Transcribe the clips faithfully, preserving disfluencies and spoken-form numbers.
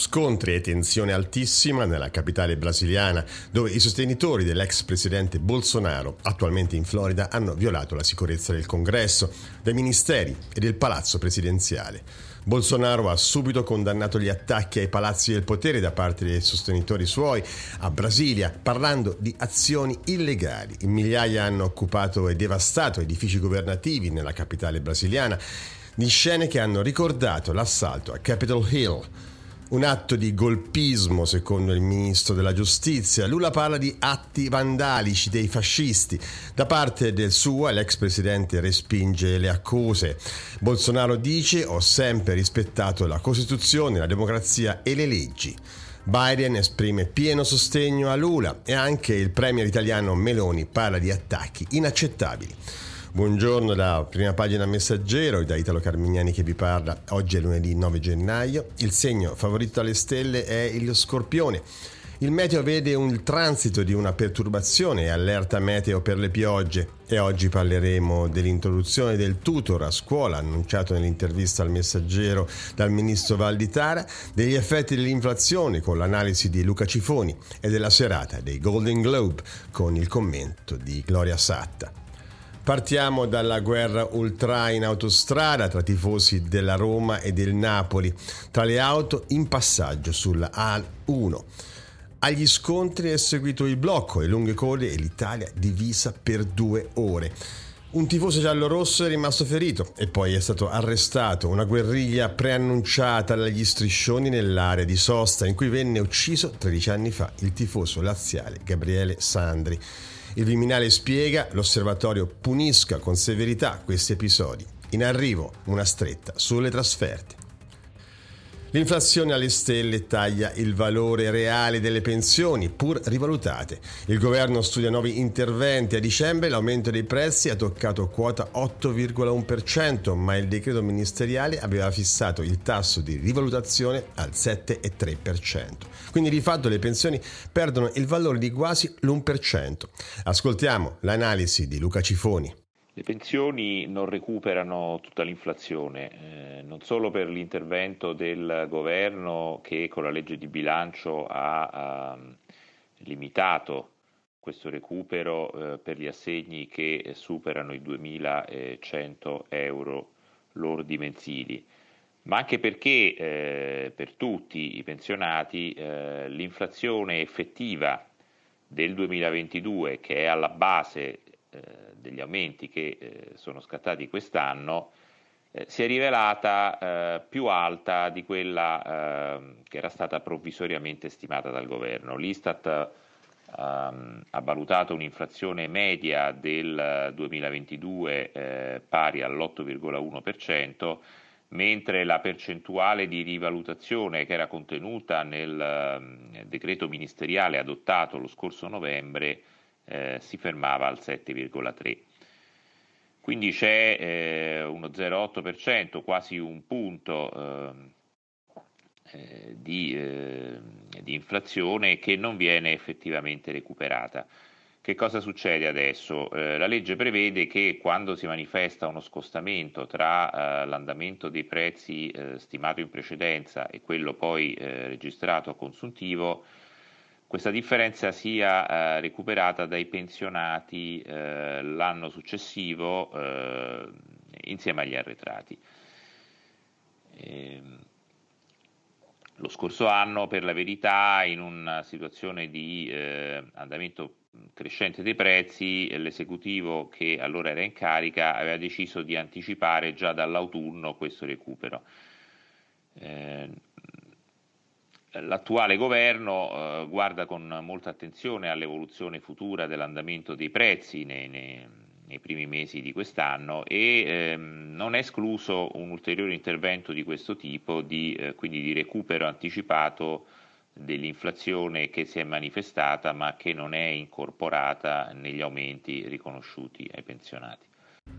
Scontri e tensione altissima nella capitale brasiliana, dove i sostenitori dell'ex presidente Bolsonaro, attualmente in Florida, hanno violato la sicurezza del Congresso, dei ministeri e del palazzo presidenziale. Bolsonaro ha subito condannato gli attacchi ai palazzi del potere da parte dei sostenitori suoi a Brasilia, parlando di azioni illegali. In migliaia hanno occupato e devastato edifici governativi nella capitale brasiliana, di scene che hanno ricordato l'assalto a Capitol Hill. Un atto di golpismo, secondo il ministro della giustizia. Lula parla di atti vandalici dei fascisti. Da parte del suo, l'ex presidente respinge le accuse. Bolsonaro dice: ho sempre rispettato la Costituzione, la democrazia e le leggi. Biden esprime pieno sostegno a Lula e anche il premier italiano Meloni parla di attacchi inaccettabili. Buongiorno da Prima Pagina Messaggero e da Italo Carmignani che vi parla. Oggi è lunedì nove gennaio. Il segno favorito dalle stelle è il Scorpione. Il meteo vede un transito di una perturbazione e allerta meteo per le piogge. E oggi parleremo dell'introduzione del tutor a scuola, annunciato nell'intervista al Messaggero dal ministro Valditara, degli effetti dell'inflazione con l'analisi di Luca Cifoni e della serata dei Golden Globe con il commento di Gloria Satta. Partiamo dalla guerra ultra in autostrada tra tifosi della Roma e del Napoli, tra le auto in passaggio sulla A uno. Agli scontri è seguito il blocco, le lunghe code e l'Italia divisa per due ore. Un tifoso giallorosso è rimasto ferito e poi è stato arrestato. Una guerriglia preannunciata dagli striscioni nell'area di sosta in cui venne ucciso tredici anni fa il tifoso laziale Gabriele Sandri. Il Viminale spiega: l'osservatorio punisca con severità questi episodi. In arrivo una stretta sulle trasferte. L'inflazione alle stelle taglia il valore reale delle pensioni, pur rivalutate. Il governo studia nuovi interventi. A dicembre l'aumento dei prezzi ha toccato quota otto virgola uno per cento, ma il decreto ministeriale aveva fissato il tasso di rivalutazione al sette virgola tre per cento. Quindi di fatto le pensioni perdono il valore di quasi l'uno per cento. Ascoltiamo l'analisi di Luca Cifoni. Le pensioni non recuperano tutta l'inflazione, eh, non solo per l'intervento del governo che con la legge di bilancio ha, ha limitato questo recupero eh, per gli assegni che superano i duemilacento euro lordi mensili, ma anche perché eh, per tutti i pensionati eh, l'inflazione effettiva del duemilaventidue, che è alla base eh, degli aumenti che eh, sono scattati quest'anno, eh, si è rivelata eh, più alta di quella eh, che era stata provvisoriamente stimata dal governo. L'Istat ehm, ha valutato un'inflazione media del duemilaventidue eh, pari all'otto virgola uno per cento, mentre la percentuale di rivalutazione che era contenuta nel eh, decreto ministeriale adottato lo scorso novembre Eh, si fermava al sette virgola tre. Quindi c'è eh, uno zero virgola otto per cento, quasi un punto eh, eh, di, eh, di inflazione che non viene effettivamente recuperata. Che cosa succede adesso? Eh, la legge prevede che quando si manifesta uno scostamento tra eh, l'andamento dei prezzi eh, stimato in precedenza e quello poi eh, registrato a consuntivo, questa differenza sia eh, recuperata dai pensionati eh, l'anno successivo eh, insieme agli arretrati. E, lo scorso anno, per la verità, in una situazione di eh, andamento crescente dei prezzi, l'esecutivo che allora era in carica aveva deciso di anticipare già dall'autunno questo recupero. Eh, L'attuale governo eh, guarda con molta attenzione all'evoluzione futura dell'andamento dei prezzi nei, nei, nei primi mesi di quest'anno e ehm, non è escluso un ulteriore intervento di questo tipo, di, eh, quindi di recupero anticipato dell'inflazione che si è manifestata ma che non è incorporata negli aumenti riconosciuti ai pensionati.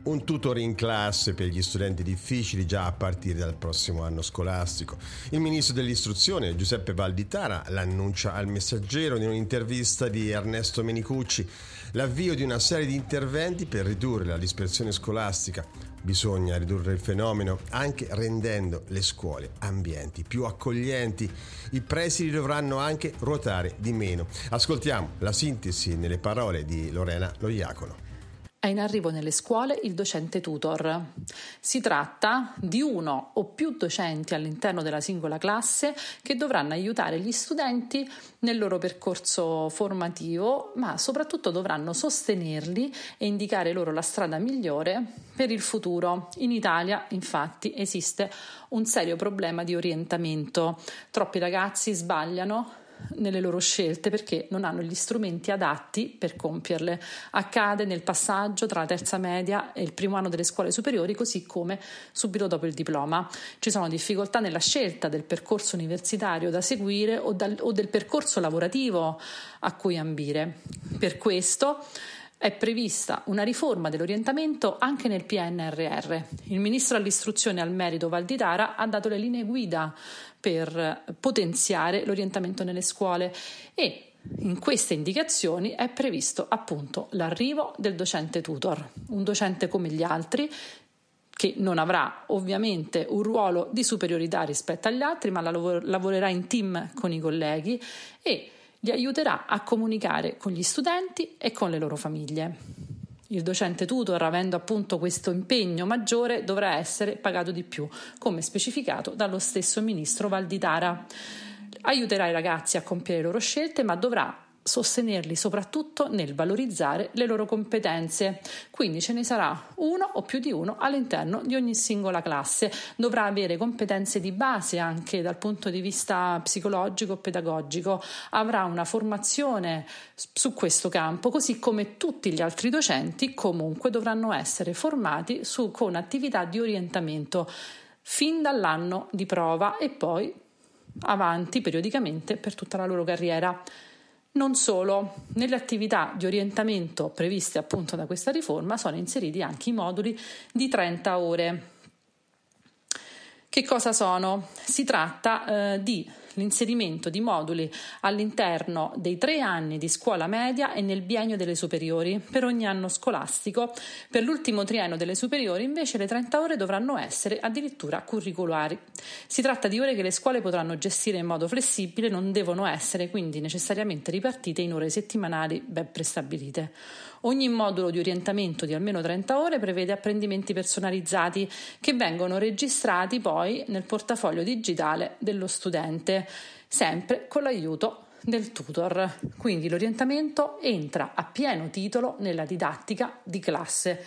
Un tutor in classe per gli studenti difficili già a partire dal prossimo anno scolastico. Il ministro dell'istruzione Giuseppe Valditara l'annuncia al Messaggero in un'intervista di Ernesto Menicucci. L'avvio di una serie di interventi per ridurre la dispersione scolastica. Bisogna ridurre il fenomeno anche rendendo le scuole ambienti più accoglienti. I presidi dovranno anche ruotare di meno. Ascoltiamo la sintesi nelle parole di Lorena Loiacono. È in arrivo nelle scuole il docente tutor. Si tratta di uno o più docenti all'interno della singola classe che dovranno aiutare gli studenti nel loro percorso formativo, ma soprattutto dovranno sostenerli e indicare loro la strada migliore per il futuro. In Italia, infatti, esiste un serio problema di orientamento. Troppi ragazzi sbagliano nelle loro scelte perché non hanno gli strumenti adatti per compierle. Accade nel passaggio tra la terza media e il primo anno delle scuole superiori, così come subito dopo il diploma. Ci sono difficoltà nella scelta del percorso universitario da seguire o, dal, o del percorso lavorativo a cui ambire. Per questo è prevista una riforma dell'orientamento anche nel P N R R. Il ministro all'istruzione e al merito Valditara ha dato le linee guida per potenziare l'orientamento nelle scuole e in queste indicazioni è previsto appunto l'arrivo del docente tutor, un docente come gli altri che non avrà ovviamente un ruolo di superiorità rispetto agli altri, ma lavorerà in team con i colleghi e li aiuterà a comunicare con gli studenti e con le loro famiglie. Il docente tutor, avendo appunto questo impegno maggiore, dovrà essere pagato di più, come specificato dallo stesso ministro Valditara. Aiuterà i ragazzi a compiere le loro scelte, ma dovrà sostenerli soprattutto nel valorizzare le loro competenze. Quindi ce ne sarà uno o più di uno all'interno di ogni singola classe. Dovrà avere competenze di base anche dal punto di vista psicologico, pedagogico. Avrà una formazione su questo campo, così come tutti gli altri docenti comunque dovranno essere formati su, con attività di orientamento fin dall'anno di prova e poi avanti periodicamente per tutta la loro carriera. Non solo, nelle attività di orientamento previste appunto da questa riforma sono inseriti anche i moduli di trenta ore. Che cosa sono? Si tratta eh, di l'inserimento di moduli all'interno dei tre anni di scuola media e nel biennio delle superiori per ogni anno scolastico. Per l'ultimo triennio delle superiori invece le trenta ore dovranno essere addirittura curriculari. Si tratta di ore che le scuole potranno gestire in modo flessibile, non devono essere quindi necessariamente ripartite in ore settimanali ben prestabilite. Ogni modulo di orientamento di almeno trenta ore prevede apprendimenti personalizzati che vengono registrati poi nel portafoglio digitale dello studente, sempre con l'aiuto del tutor. Quindi l'orientamento entra a pieno titolo nella didattica di classe.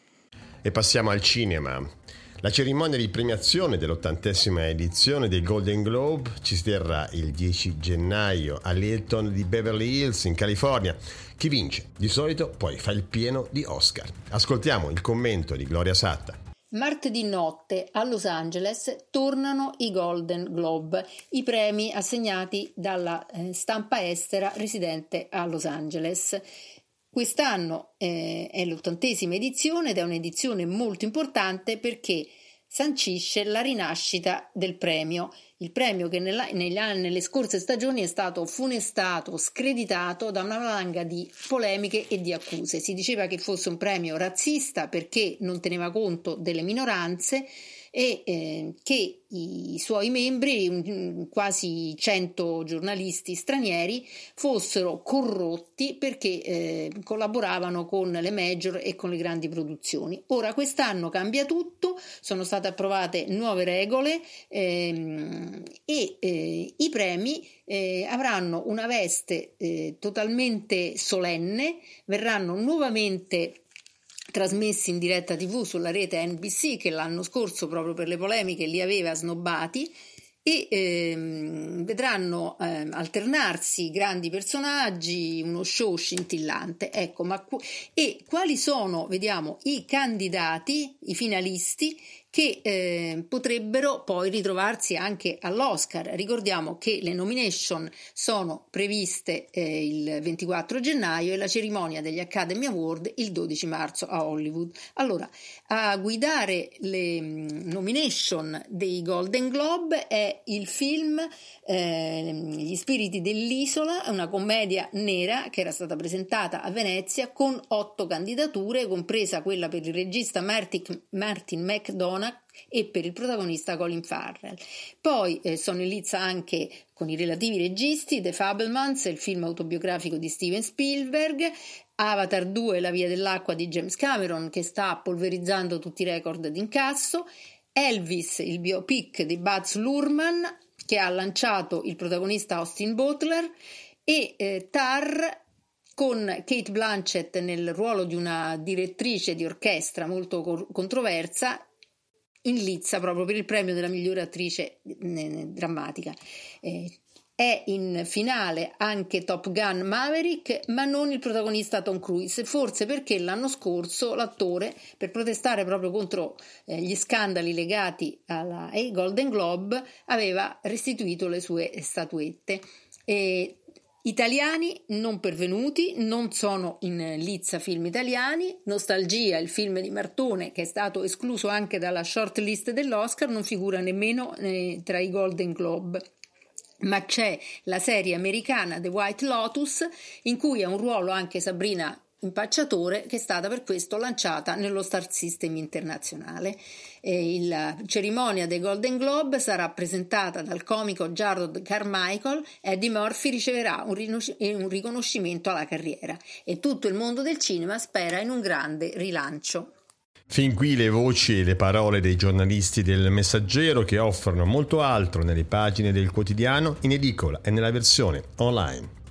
E passiamo al cinema. La cerimonia di premiazione dell'ottantesima edizione dei Golden Globe ci si terrà il dieci gennaio all'Hilton di Beverly Hills in California. Chi vince di solito poi fa il pieno di Oscar. Ascoltiamo il commento di Gloria Satta. Martedì notte a Los Angeles tornano i Golden Globe, i premi assegnati dalla stampa estera residente a Los Angeles. Quest'anno eh, è l'ottantesima edizione ed è un'edizione molto importante perché sancisce la rinascita del premio. Il premio che nella, negli anni, nelle scorse stagioni è stato funestato, screditato da una valanga di polemiche e di accuse. Si diceva che fosse un premio razzista perché non teneva conto delle minoranze e eh, che i suoi membri, quasi cento giornalisti stranieri, fossero corrotti perché eh, collaboravano con le major e con le grandi produzioni. Ora quest'anno cambia tutto, sono state approvate nuove regole ehm, e eh, i premi eh, avranno una veste eh, totalmente solenne, verranno nuovamente trasmessi in diretta tivù sulla rete N B C che l'anno scorso proprio per le polemiche li aveva snobbati e ehm, vedranno ehm, alternarsi grandi personaggi, uno show scintillante. Ecco, ma qu- e quali sono, vediamo, i candidati, i finalisti che eh, potrebbero poi ritrovarsi anche all'Oscar. Ricordiamo che le nomination sono previste eh, il ventiquattro gennaio e la cerimonia degli Academy Award il dodici marzo a Hollywood. Allora, a guidare le mh, nomination dei Golden Globe è il film eh, Gli spiriti dell'isola, una commedia nera che era stata presentata a Venezia con otto candidature, compresa quella per il regista Martin, Martin McDonagh e per il protagonista Colin Farrell. Poi eh, sono in lizza anche con i relativi registi The Fabelmans, il film autobiografico di Steven Spielberg, Avatar due, La via dell'acqua di James Cameron, che sta polverizzando tutti i record d'incasso, Elvis, il biopic di Baz Luhrmann, che ha lanciato il protagonista Austin Butler, e eh, Tar, con Cate Blanchett nel ruolo di una direttrice di orchestra molto co- controversa, in lizza proprio per il premio della migliore attrice eh, drammatica. Eh, è in finale anche Top Gun Maverick, ma non il protagonista Tom Cruise, forse perché l'anno scorso l'attore, per protestare proprio contro eh, gli scandali legati alla, ai Golden Globe, aveva restituito le sue statuette. E italiani non pervenuti, non sono in lizza film italiani. Nostalgia, il film di Martone, che è stato escluso anche dalla shortlist dell'Oscar, non figura nemmeno eh, tra i Golden Globe. Ma c'è la serie americana The White Lotus, in cui ha un ruolo anche Sabrina Impacciatore, che è stata per questo lanciata nello Star System internazionale. E la cerimonia dei Golden Globe sarà presentata dal comico Jared Carmichael. Eddie Murphy riceverà un, rinos- un riconoscimento alla carriera e tutto il mondo del cinema spera in un grande rilancio. Fin qui le voci e le parole dei giornalisti del Messaggero, che offrono molto altro nelle pagine del quotidiano, in edicola e nella versione online.